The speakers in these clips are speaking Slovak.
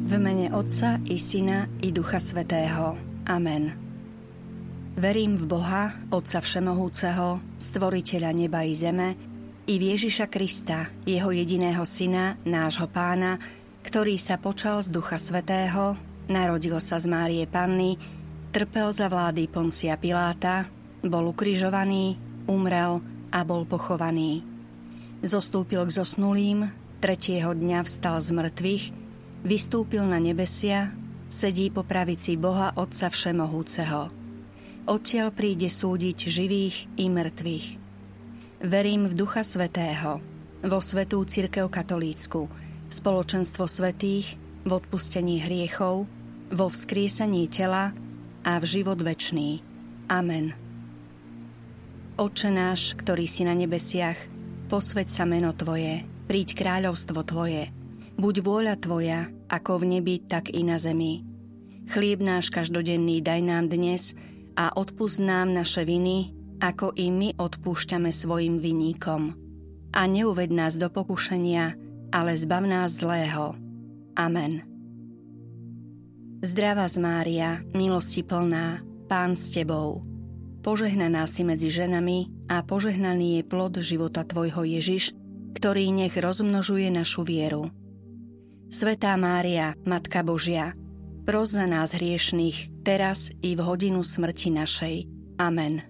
V mene Otca i Syna i Ducha Svätého. Amen. Verím v Boha, Otca Všemohúceho, Stvoriteľa neba i zeme, i v Ježiša Krista, Jeho jediného Syna, nášho Pána, ktorý sa počal z Ducha Svätého, narodil sa z Márie Panny, trpel za vlády Poncia Piláta, bol ukrižovaný, umrel a bol pochovaný. Zostúpil k zosnulým, tretieho dňa vstal z mŕtvych, vystúpil na nebesia, sedí po pravici Boha Otca Všemohúceho. Odtiaľ príde súdiť živých i mŕtvych. Verím v Ducha Svätého, vo svätú cirkev katolícku, v spoločenstvo svätých, v odpustení hriechov, vo vzkriesení tela a v život večný. Amen. Otče náš, ktorý si na nebesiach, posväť sa meno Tvoje, príď kráľovstvo Tvoje, buď vôľa Tvoja, ako v nebi, tak i na zemi. Chlieb náš každodenný daj nám dnes a odpusť nám naše viny, ako i my odpúšťame svojim vinníkom. A neuved nás do pokušenia, ale zbav nás zlého. Amen. Zdravá Mária, milosti plná, Pán s Tebou. Požehnaná si medzi ženami a požehnaný je plod života Tvojho Ježiš, ktorý nech rozmnožuje našu vieru. Svätá Mária, Matka Božia, pros za nás hriešnych, teraz i v hodinu smrti našej. Amen.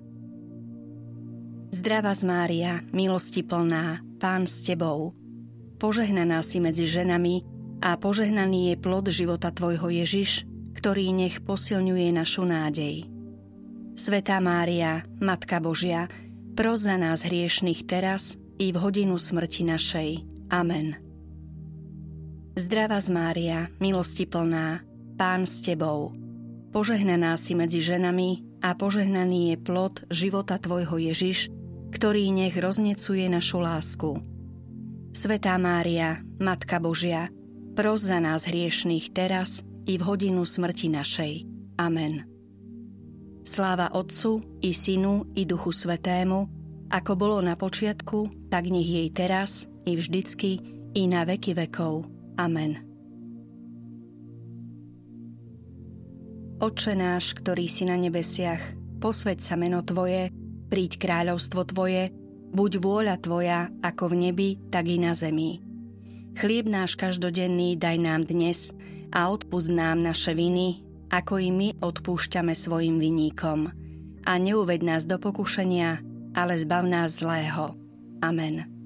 Zdravá Mária, milosti plná, Pán s Tebou. Požehnaná si medzi ženami a požehnaný je plod života Tvojho Ježiš, ktorý nech posilňuje našu nádej. Svätá Mária, Matka Božia, pros za nás hriešnych teraz i v hodinu smrti našej. Amen. Zdravá Mária, milosti plná, Pán s Tebou. Požehnaná si medzi ženami a požehnaný je plod života Tvojho Ježiš, ktorý nech roznecuje našu lásku. Svätá Mária, Matka Božia, pros za nás hriešných teraz i v hodinu smrti našej. Amen. Sláva Otcu i Synu i Duchu Svätému, ako bolo na počiatku, tak nech jej teraz i vždycky i na veky vekov. Amen. Otče náš, ktorý si na nebesiach, posväť sa meno Tvoje, príď kráľovstvo Tvoje, buď vôľa Tvoja, ako v nebi, tak i na zemi. Chlieb náš každodenný daj nám dnes a odpusť nám naše viny, ako i my odpúšťame svojim vinníkom. A neuved nás do pokušenia, ale zbav nás zlého. Amen.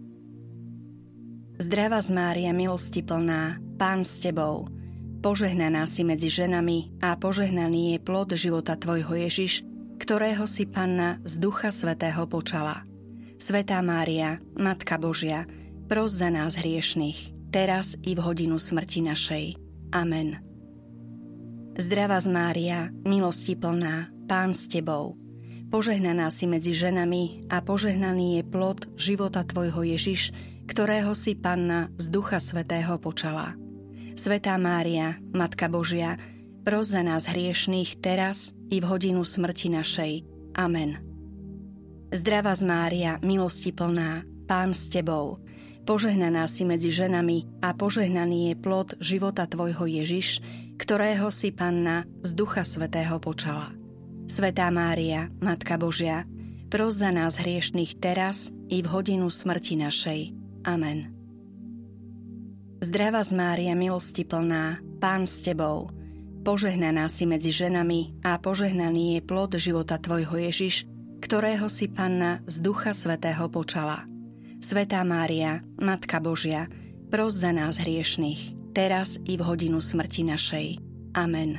Zdravá Mária, milosti plná, Pán s Tebou. Požehnaná si medzi ženami a požehnaný je plod života Tvojho Ježiš, ktorého si Panna z Ducha Svätého počala. Svätá Mária, Matka Božia, pros za nás hriešnych, teraz i v hodinu smrti našej. Amen. Zdravá Mária, milosti plná, Pán s Tebou. Požehnaná si medzi ženami a požehnaný je plod života Tvojho Ježiš, ktorého si Panna z Ducha Svätého počala. Svätá Mária, Matka Božia, pros za nás hriešných teraz i v hodinu smrti našej. Amen. Zdravá Mária, milosti plná, Pán s Tebou. Požehnaná si medzi ženami a požehnaný je plod života Tvojho Ježiš, ktorého si Panna z Ducha Svätého počala. Svätá Mária, Matka Božia, pros za nás hriešných teraz i v hodinu smrti našej. Amen. Zdravá Mária, milosti plná, Pán s Tebou. Požehnaná si medzi ženami a požehnaný je plod života Tvojho Ježiš, ktorého si Panna z Ducha Svätého počala. Svätá Mária, Matka Božia, pros za nás hriešnych, teraz i v hodinu smrti našej. Amen.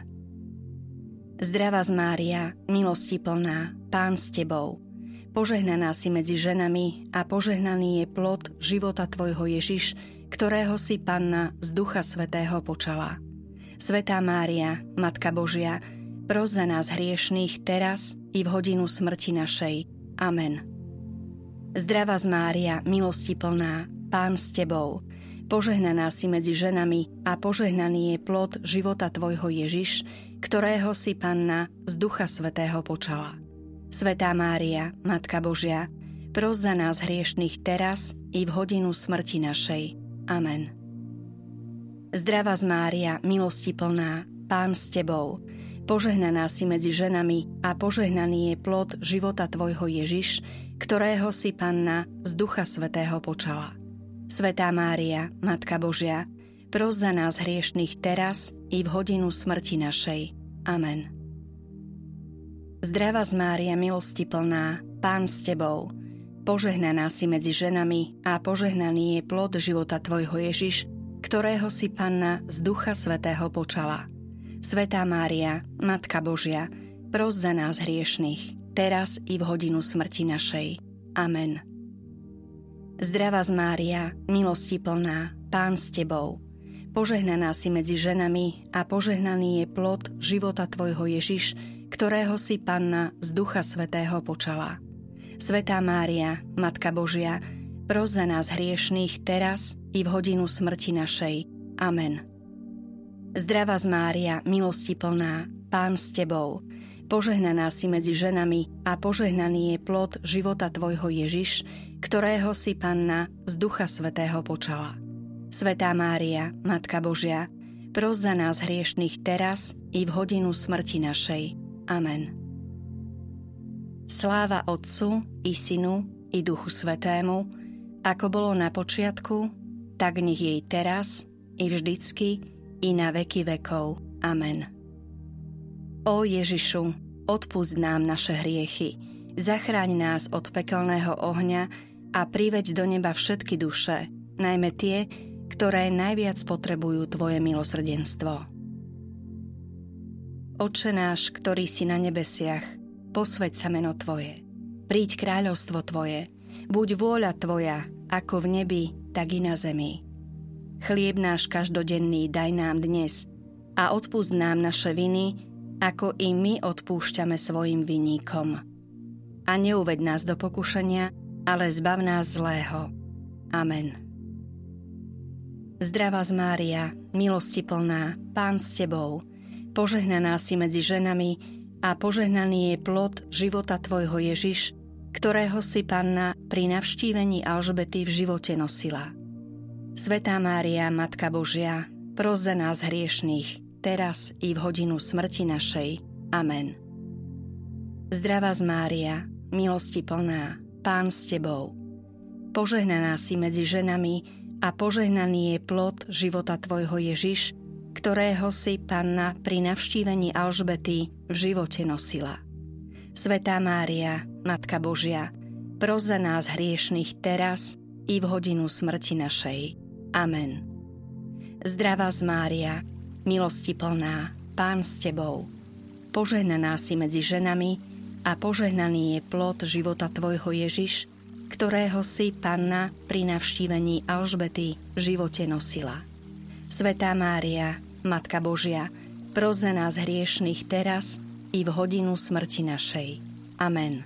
Zdravá Mária, milosti plná, Pán s Tebou. Požehnaná si medzi ženami a požehnaný je plod života Tvojho Ježiš, ktorého si Panna z Ducha Svätého počala. Svätá Mária, Matka Božia, pros za nás hriešných teraz i v hodinu smrti našej. Amen. Zdravá Mária, milosti plná, Pán s Tebou. Požehnaná si medzi ženami a požehnaný je plod života Tvojho Ježiš, ktorého si Panna z Ducha Svätého počala. Svätá Mária, Matka Božia, pros za nás hriešnych teraz i v hodinu smrti našej. Amen. Zdravá Mária, milosti plná, Pán s Tebou, požehnaná si medzi ženami a požehnaný je plod života Tvojho Ježiš, ktorého si Panna z Ducha Svätého počala. Svätá Mária, Matka Božia, pros za nás hriešnych teraz i v hodinu smrti našej. Amen. Zdravá Mária, milosti plná, Pán s Tebou, požehnaná si medzi ženami a požehnaný je plod života Tvojho Ježiš, ktorého si Panna z Ducha Svätého počala. Svätá Mária, Matka Božia, pros za nás hriešnych, teraz i v hodinu smrti našej. Amen. Zdravá Mária, milosti plná, Pán s Tebou, požehnaná si medzi ženami a požehnaný je plod života Tvojho Ježiš, ktorého si Panna z Ducha Svätého počala. Svätá Mária, Matka Božia, pros za nás hriešných teraz i v hodinu smrti našej. Amen. Zdravá Mária, milosti plná, Pán s Tebou, požehnaná si medzi ženami a požehnaný je plod života Tvojho Ježiš, ktorého si Panna z Ducha Svätého počala. Svätá Mária, Matka Božia, pros za nás hriešných teraz i v hodinu smrti našej. Amen. Sláva Otcu i Synu i Duchu Svätému, ako bolo na počiatku, tak nech jej teraz, i vždycky, i na veky vekov. Amen. Ó Ježišu, odpusť nám naše hriechy, zachráň nás od pekelného ohňa a priveď do neba všetky duše, najmä tie, ktoré najviac potrebujú Tvoje milosrdenstvo. Otče náš, ktorý si na nebesiach, posväť sa meno Tvoje, príď kráľovstvo Tvoje, buď vôľa Tvoja, ako v nebi, tak i na zemi. Chlieb náš každodenný daj nám dnes a odpusť nám naše viny, ako i my odpúšťame svojim vinníkom. A neuveď nás do pokušenia, ale zbav nás zlého. Amen. Zdravá Mária, milosti plná, Pán s Tebou, požehnaná si medzi ženami a požehnaný je plod života Tvojho Ježiš, ktorého si Panna pri navštívení Alžbety v živote nosila. Svätá Mária, Matka Božia, pros za nás hriešných, teraz i v hodinu smrti našej. Amen. Zdravá Mária, milosti plná, Pán s Tebou, požehnaná si medzi ženami a požehnaný je plod života Tvojho Ježiš, ktorého si Panna pri navštívení Alžbety v živote nosila. Svätá Mária, Matka Božia, pros za nás hriešných teraz i v hodinu smrti našej. Amen. Zdravá Mária, milosti plná, Pán s Tebou, požehnaná si medzi ženami a požehnaný je plod života Tvojho Ježiš, ktorého si Panna pri navštívení Alžbety v živote nosila. Svätá Mária, Matka Božia, pros za nás hriešných teraz i v hodinu smrti našej. Amen.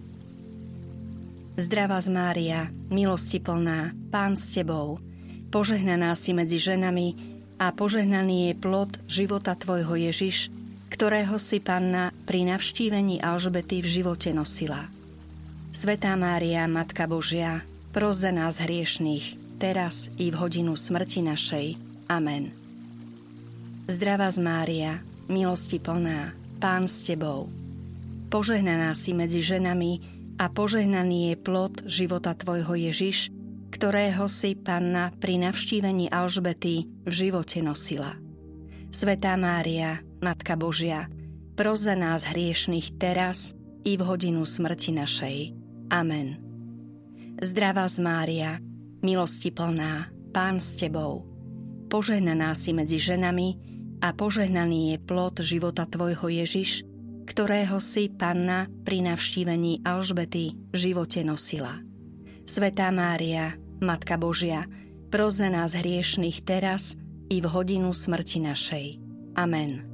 Zdravá Mária, milosti plná, Pán s Tebou, požehnaná si medzi ženami a požehnaný je plod života Tvojho Ježiš, ktorého si Panna pri navštívení Alžbety v živote nosila. Svätá Mária, Matka Božia, pros za nás hriešných, teraz i v hodinu smrti našej. Amen. Zdravá Mária, milosti plná, Pán s Tebou, požehnaná si medzi ženami a požehnaný je plod života Tvojho Ježiš, ktorého si Panna pri navštívení Alžbety v živote nosila. Svätá Mária, Matka Božia, pros za nás hriešných teraz i v hodinu smrti našej. Amen. Zdravá Mária, milosti plná, Pán s Tebou, požehnaná si medzi ženami a požehnaný je plod života Tvojho Ježiš, ktorého si Panna pri navštívení Alžbety v živote nosila. Svätá Mária, Matka Božia, pros za nás hriešných teraz i v hodinu smrti našej. Amen.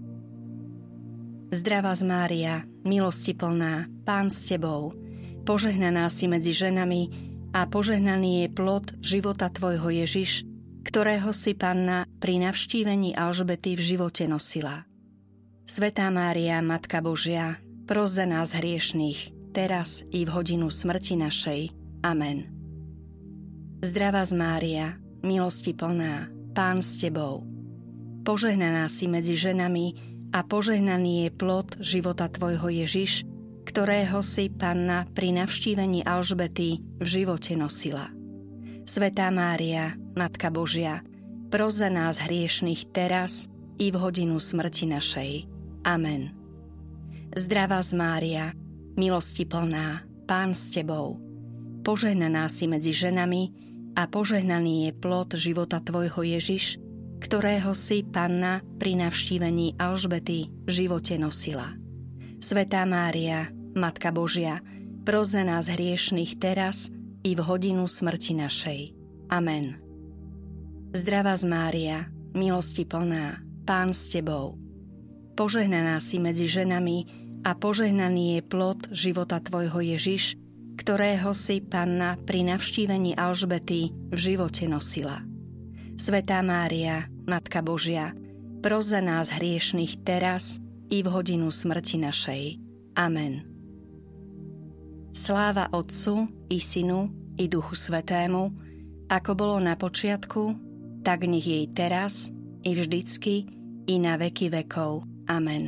Zdravá Mária, milosti plná, Pán s Tebou, požehnaná si medzi ženami a požehnaný je plod života Tvojho Ježiš, ktorého si Panna pri navštívení Alžbety v živote nosila. Svätá Mária, Matka Božia, pros za nás hriešných, teraz i v hodinu smrti našej. Amen. Zdravá Mária, milosti plná, Pán s tebou. Požehnaná si medzi ženami a požehnaný je plod života tvojho Ježiš, ktorého si Panna pri navštívení Alžbety v živote nosila. Svätá Mária, Matka Božia, pros za nás hriešnych teraz i v hodinu smrti našej. Amen. Zdravá Mária, milosti plná, Pán s tebou. Požehnaná si medzi ženami a požehnaný je plod života tvojho Ježiš, ktorého si Panna pri navštívení Alžbety v živote nosila. Svätá Mária, Matka Božia, pros za nás hriešnych teraz i v hodinu smrti našej. Amen. Zdravá Mária, milosti plná, Pán s tebou. Požehnaná si medzi ženami a požehnaný je plod života tvojho Ježiš, ktorého si Panna pri navštívení Alžbety v živote nosila. Svätá Mária, Matka Božia, pros za nás hriešnych teraz i v hodinu smrti našej. Amen. Sláva Otcu i Synu i Duchu Svätému, ako bolo na počiatku, tak nech jej teraz i vždycky i na veky vekov. Amen.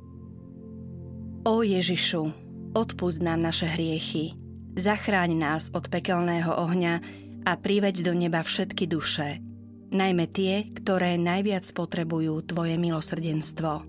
Ó Ježišu, odpusť nám naše hriechy, zachráň nás od pekelného ohňa a priveď do neba všetky duše, najmä tie, ktoré najviac potrebujú tvoje milosrdenstvo.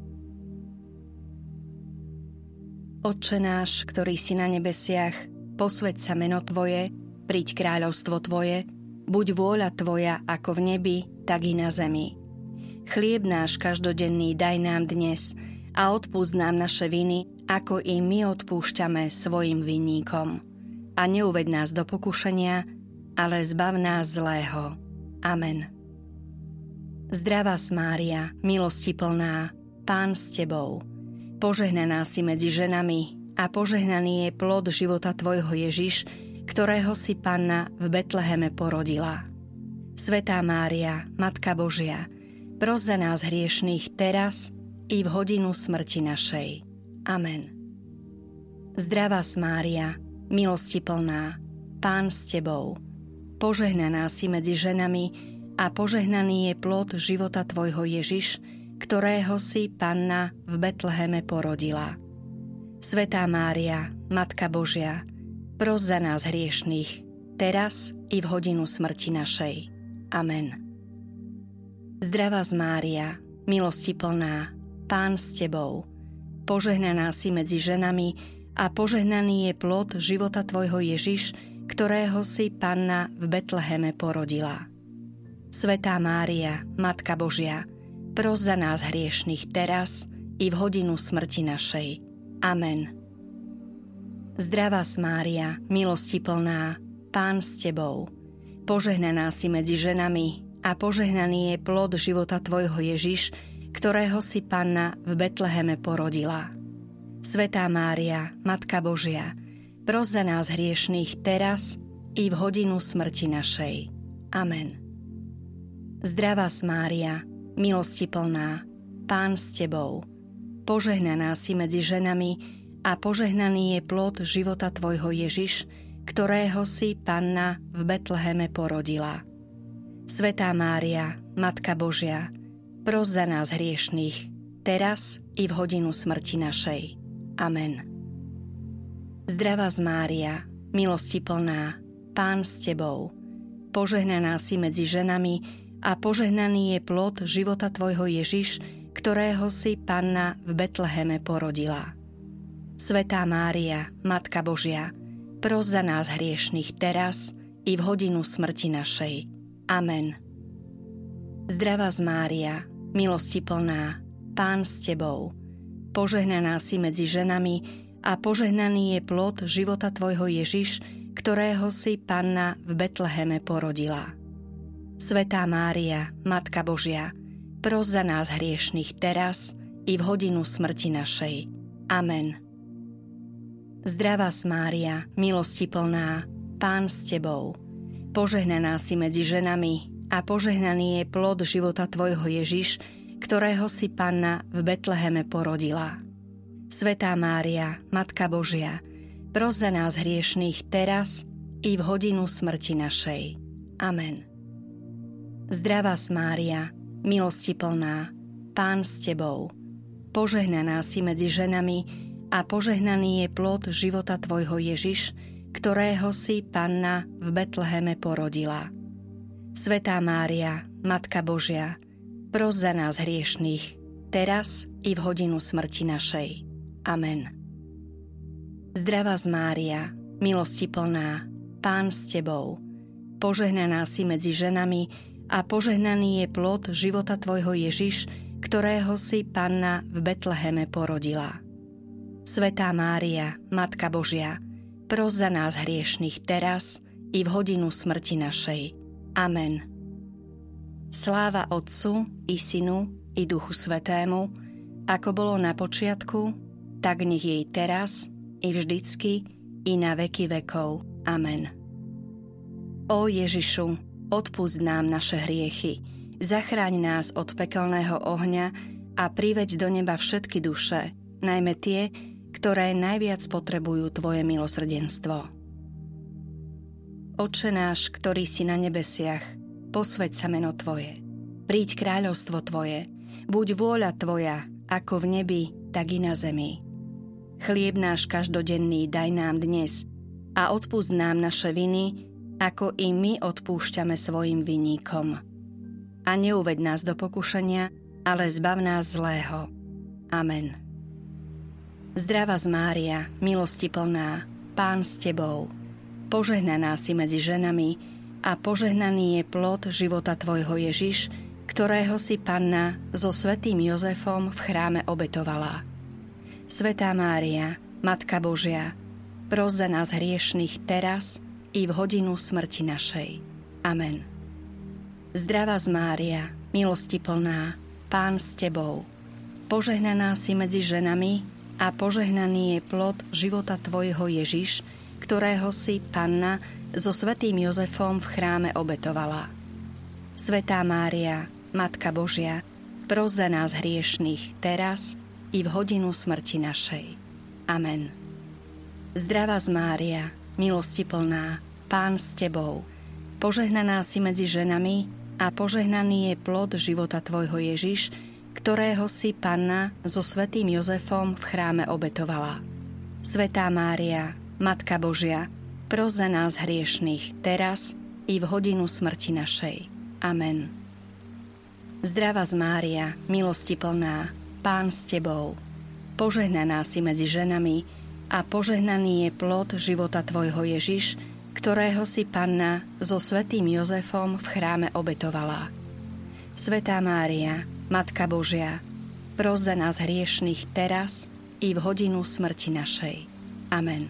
Otče náš, ktorý si na nebesiach, posväť sa meno tvoje, príď kráľovstvo tvoje, buď vôľa tvoja ako v nebi, tak i na zemi. Chlieb náš každodenný daj nám dnes a odpusť nám naše viny, ako i my odpúšťame svojim vinníkom. A neuveď nás do pokušenia, ale zbav nás zlého. Amen. Zdravá Mária, milosti plná, Pán s tebou. Požehnaná si medzi ženami a požehnaný je plod života tvojho Ježiš, ktorého si Panna v Betleheme porodila. Svätá Mária, Matka Božia, pros za nás hriešných teraz i v hodinu smrti našej. Amen. Zdravá Mária, milosti plná, Pán s tebou. Požehnaná si medzi ženami a požehnaný je plod života tvojho Ježiš, ktorého si Panna v Betleheme porodila. Svätá Mária, Matka Božia, pros za nás hriešných, teraz i v hodinu smrti našej. Amen. Zdravá Mária, milosti plná, Pán s tebou. Požehnaná si medzi ženami a požehnaný je plod života tvojho Ježiš, ktorého si Panna v Betleheme porodila. Svätá Mária, Matka Božia, pros za nás hriešných teraz i v hodinu smrti našej. Amen. Zdravá Mária, milosti plná, Pán s tebou. Požehnaná si medzi ženami a požehnaný je plod života tvojho Ježiš, ktorého si Panna v Betleheme porodila. Svätá Mária, Matka Božia, pros za nás hriešných teraz i v hodinu smrti našej. Amen. Zdravá Mária, milosti plná, Pán s tebou. Požehnaná si medzi ženami a požehnaný je plod života tvojho Ježiš, ktorého si Panna v Betleheme porodila. Svätá Mária, Matka Božia, pros za nás hriešných, teraz i v hodinu smrti našej. Amen. Zdravá Mária, milosti plná, Pán s tebou. Požehnaná si medzi ženami a požehnaný je plod života tvojho Ježiš, ktorého si Panna v Betleheme porodila. Svätá Mária, Matka Božia, pros za nás hriešných teraz i v hodinu smrti našej. Amen. Zdravá Mária, milosti plná, Pán s tebou. Požehnaná si medzi ženami a požehnaný je plod života tvojho Ježiš, ktorého si Panna v Betleheme porodila. Svätá Mária, Matka Božia, pros za nás hriešných teraz i v hodinu smrti našej. Amen. Zdravá Mária, milosti plná, Pán s tebou. Požehnaná si medzi ženami a požehnaný je plod života tvojho Ježiš, ktorého si Panna v Betleheme porodila. Svätá Mária, Matka Božia, pros za nás hriešných teraz i v hodinu smrti našej. Amen. Zdravás Mária, milosti plná, Pán s tebou, požehnaná si medzi ženami a požehnaný je plod života tvojho Ježiš, ktorého si Panna v Betleheme porodila. Svätá Mária, Matka Božia, pros za nás hriešných, teraz i v hodinu smrti našej. Amen. Zdravás Mária, milosti plná, Pán s tebou, požehnaná si medzi ženami a požehnaný je plod života tvojho Ježiš, ktorého si Panna v Betleheme porodila. Svätá Mária, Matka Božia, pros za nás hriešných teraz i v hodinu smrti našej. Amen. Sláva Otcu i Synu i Duchu Svätému, ako bolo na počiatku, tak nech jej teraz i vždycky i na veky vekov. Amen. Ó Ježišu, odpusť nám naše hriechy, zachráň nás od pekelného ohňa a priveď do neba všetky duše, najmä tie, ktoré najviac potrebujú tvoje milosrdenstvo. Otče náš, ktorý si na nebesiach, posväť sa meno tvoje. Príď kráľovstvo tvoje, buď vôľa tvoja, ako v nebi, tak i na zemi. Chlieb náš každodenný daj nám dnes a odpusť nám naše viny, ako i my odpúšťame svojim vinníkom. A neuveď nás do pokušenia, ale zbav nás zlého. Amen. Zdravás Mária, milosti plná, Pán s tebou, požehnaná si medzi ženami a požehnaný je plod života tvojho Ježiš, ktorého si Panna so svätým Jozefom v chráme obetovala. Svätá Mária, Matka Božia, pros za nás hriešných teraz i v hodinu smrti našej. Amen. Zdravás Mária, milosti plná, Pán s tebou, požehnaná si medzi ženami a požehnaný je plod života tvojho Ježiš, ktorého si Panna so svätým Jozefom v chráme obetovala. Svätá Mária, Matka Božia, pros za nás hriešných teraz i v hodinu smrti našej. Amen. Zdravás Mária, milosti plná, Pán s tebou, požehnaná si medzi ženami a požehnaný je plod života tvojho Ježiš, ktorého si Panna so svätým Jozefom v chráme obetovala. Svätá Mária, Matka Božia, pros za nás hriešných teraz i v hodinu smrti našej. Amen. Zdravás Mária, milosti plná, Pán s tebou, požehnaná si medzi ženami a požehnaný je plod života tvojho Ježiš, ktorého si Panna so svätým Jozefom v chráme obetovala. Svätá Mária, Matka Božia, pros za nás hriešných teraz i v hodinu smrti našej. Amen.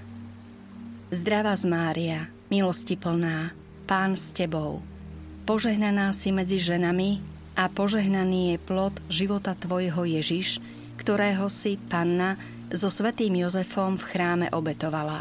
Zdravás Mária, milosti plná, Pán s tebou, požehnaná si medzi ženami a požehnaný je plod života tvojho Ježiš, ktorého si Panna so svätým Jozefom v chráme obetovala.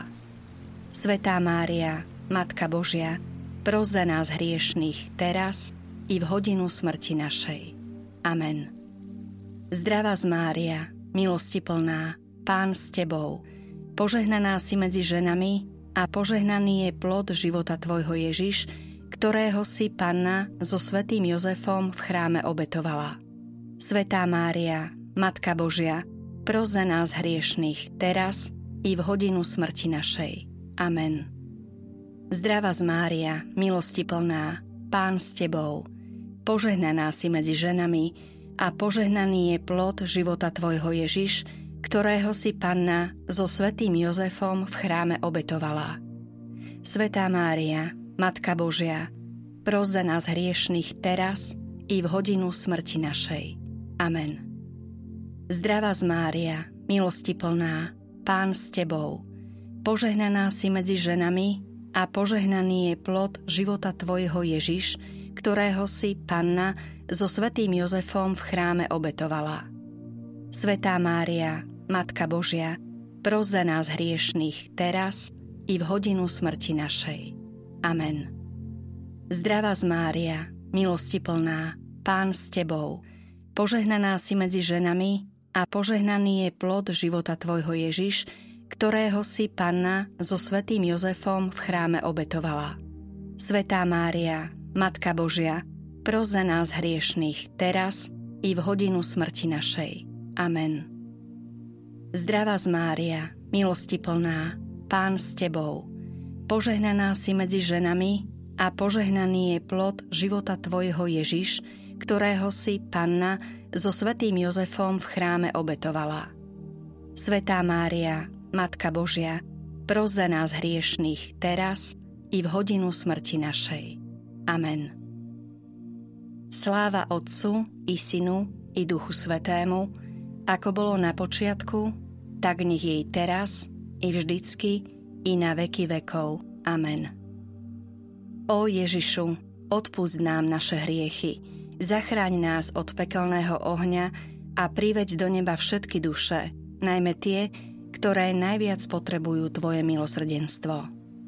Svätá Mária, Matka Božia, pros za nás hriešných teraz i v hodinu smrti našej. Amen. Zdravás Mária, milosti plná, Pán s tebou, požehnaná si medzi ženami a požehnaný je plod života tvojho Ježiš, ktorého si Panna so svätým Jozefom v chráme obetovala. Svätá Mária, Matka Božia, pros za nás hriešných teraz i v hodinu smrti našej. Amen. Zdravás Mária, milosti plná, Pán s tebou, požehnaná si medzi ženami a požehnaný je plod života tvojho Ježiš, ktorého si Panna so svätým Jozefom v chráme obetovala. Svätá Mária, Matka Božia, pros za nás hriešných teraz i v hodinu smrti našej. Amen. Zdravás Mária, milosti plná, Pán s tebou, požehnaná si medzi ženami a požehnaný je plod života tvojho Ježiš, ktorého si Panna so svätým Jozefom v chráme obetovala. Svätá Mária, Matka Božia, pros za nás hriešných teraz i v hodinu smrti našej. Amen. Zdravás Mária, milosti plná, Pán s tebou, požehnaná si medzi ženami a požehnaný je plod života tvojho Ježiš, ktorého si Panna so svätým Jozefom v chráme obetovala. Svätá Mária, Matka Božia, pros za nás hriešných, teraz i v hodinu smrti našej. Amen. Zdravá Mária, milosti plná, Pán s Tebou, požehnaná si medzi ženami a požehnaný je plod života Tvojho Ježiš, ktorého si Panna so svätým Jozefom v chráme obetovala. Svätá Mária, Matka Božia, pros za nás hriešných, teraz i v hodinu smrti našej. Amen. Sláva Otcu i Synu i Duchu Svätému, ako bolo na počiatku, tak nech jej teraz i vždycky i na veky vekov. Amen. Ó Ježišu, odpusť nám naše hriechy, zachráň nás od pekelného ohňa a priveď do neba všetky duše, najmä tie, ktoré najviac potrebujú Tvoje milosrdenstvo.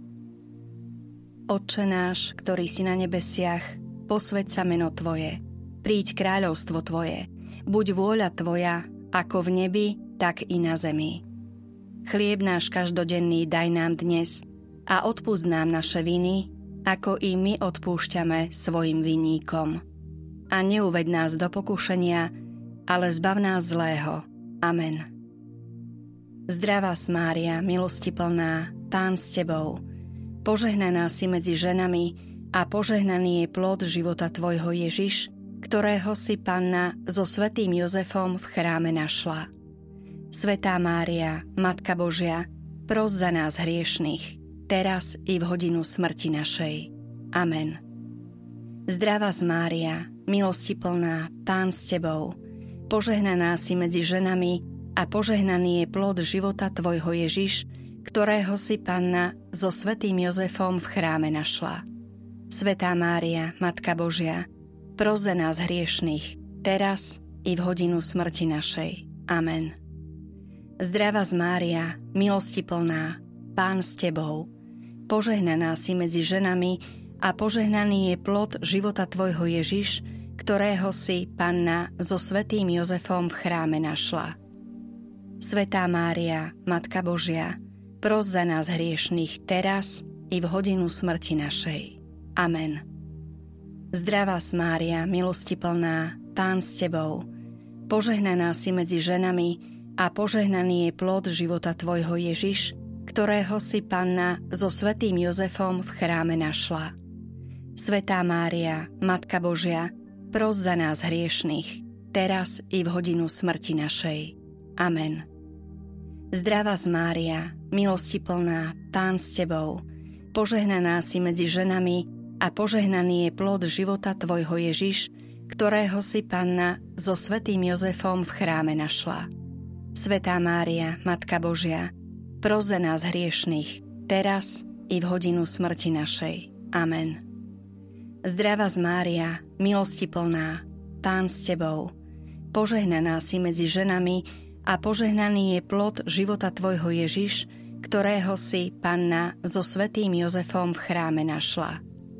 Otče náš, ktorý si na nebesiach, posväť sa meno Tvoje, príď kráľovstvo Tvoje, buď vôľa Tvoja, ako v nebi, tak i na zemi. Chlieb náš každodenný daj nám dnes a odpusť nám naše viny, ako i my odpúšťame svojim vinníkom. A neuveď nás do pokušenia, ale zbav nás zlého. Amen. Zdravá Mária, milosti plná, Pán s Tebou, požehnaná si medzi ženami a požehnaný je plod života Tvojho Ježiš, ktorého si Panna so svätým Jozefom v chráme našla. Svätá Mária, Matka Božia, pros za nás hriešných, teraz i v hodinu smrti našej. Amen. Zdravá Mária, milosti plná, Pán s Tebou, požehnaná si medzi ženami a požehnaný je plod života Tvojho Ježiš, ktorého si Panna so svätým Jozefom v chráme našla. Svätá Mária, Matka Božia, pros za nás hriešných, teraz i v hodinu smrti našej. Amen. Zdravá Mária, milosti plná, Pán s Tebou, požehnaná si medzi ženami a požehnaný je plod života Tvojho Ježiš, ktorého si Panna so svätým Jozefom v chráme našla. Svätá Mária, Matka Božia, pros za nás hriešných teraz i v hodinu smrti našej. Amen. Zdravá Mária, milosti plná, Pán s Tebou, požehnaná si medzi ženami a požehnaný je plod života Tvojho Ježiš, ktorého si Panna so svätým Jozefom v chráme našla. Svätá Mária, Matka Božia, pros za nás hriešných, teraz i v hodinu smrti našej. Amen. Zdravá Mária, milosti plná, Pán s Tebou, požehnaná si medzi ženami a požehnaný je plod života Tvojho Ježiš, ktorého si Panna so svätým Jozefom v chráme našla. Svätá Mária, Matka Božia, pros za nás hriešných, teraz i v hodinu smrti našej. Amen. Zdravá Mária, milosti plná, Pán s Tebou, požehnaná si medzi ženami a požehnaný je plod života Tvojho Ježiš, ktorého si Panna so svätým Jozefom v chráme našla.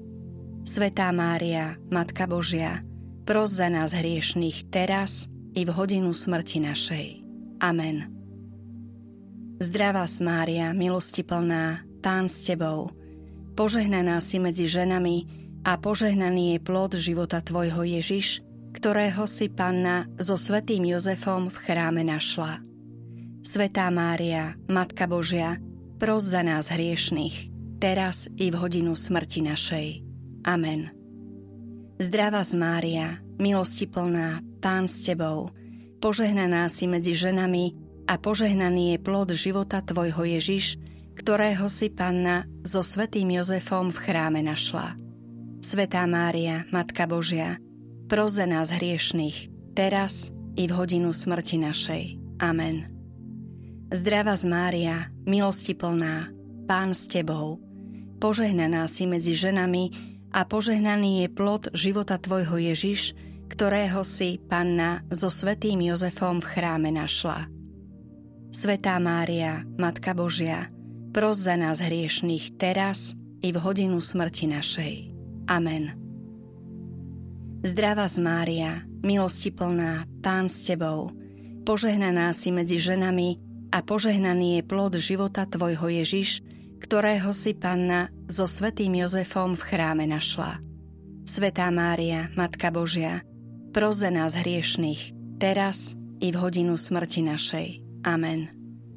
Svätá Mária, Matka Božia, pros za nás hriešných, teraz i v hodinu smrti našej. Amen. Zdravá Mária, milosti plná, Pán s Tebou, požehnaná si medzi ženami a požehnaný je plod života Tvojho Ježiš, ktorého si Panna so svätým Jozefom v chráme našla. Svätá Mária, Matka Božia, pros za nás hriešných, teraz i v hodinu smrti našej. Amen. Zdravá Mária, milosti plná, Pán s Tebou, požehnaná si medzi ženami a požehnaný je plod života Tvojho Ježiš, ktorého si Panna so svätým Jozefom v chráme našla. Svätá Mária, Matka Božia, pros za nás hriešných, teraz i v hodinu smrti našej. Amen. Zdravá Mária, milosti plná, Pán s Tebou, požehnaná si medzi ženami a požehnaný je plod života Tvojho Ježiš, ktorého si Panna so svätým Jozefom v chráme našla. Svätá Mária, Matka Božia, pros za nás hriešných teraz i v hodinu smrti našej. Amen. Zdravá Mária, milosti plná, Pán s Tebou, požehnaná si medzi ženami a požehnaný je plod života Tvojho Ježiš, ktorého si Panna so svätým Jozefom v chráme našla. Svätá Mária, Matka Božia, pros za nás hriešnych, teraz i v hodinu smrti našej. Amen.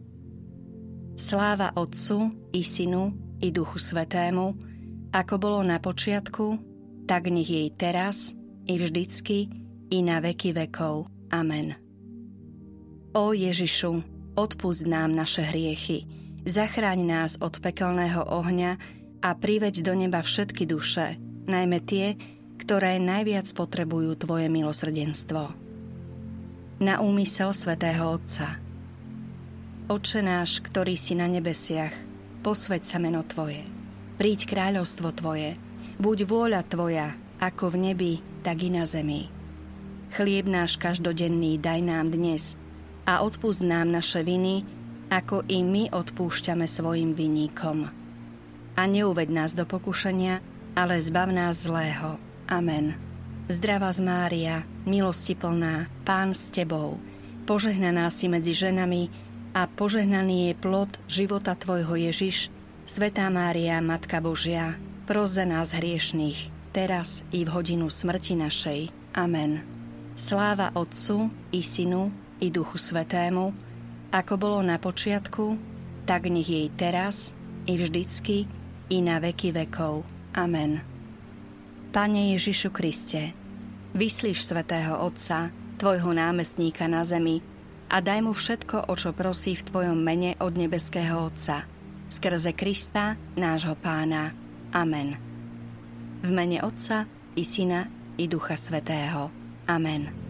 Sláva Otcu i Synu i Duchu Svätému, ako bolo na počiatku, tak nech jej teraz i vždycky i na veky vekov. Amen. Ó Ježišu, odpusť nám naše hriechy, zachráň nás od pekelného ohňa a priveď do neba všetky duše, najmä tie, ktoré najviac potrebujú Tvoje milosrdenstvo. Na úmysel svätého Otca. Otče náš, ktorý si na nebesiach, posväť sa meno Tvoje. Príď kráľovstvo Tvoje, buď vôľa Tvoja, ako v nebi, tak i na zemi. Chlieb náš každodenný daj nám dnes a odpusť nám naše viny, ako i my odpúšťame svojim vinníkom. A neuveď nás do pokušenia, ale zbav nás zlého. Amen. Zdravá z Mária, milosti plná, Pán s Tebou, požehnaná si medzi ženami a požehnaný je plod života Tvojho Ježiš. Svätá Mária, Matka Božia, pros za nás hriešných, teraz i v hodinu smrti našej. Amen. Sláva Otcu i Synu i Duchu Svätému, ako bolo na počiatku, tak nech jej teraz i vždycky i na veky vekov. Amen. Pane Ježišu Kriste, vyslíš svätého Otca, Tvojho námestníka na zemi, a daj mu všetko, o čo prosí v Tvojom mene od nebeského Otca, skrze Krista, nášho Pána. Amen. V mene Otca i Syna i Ducha Svätého. Amen.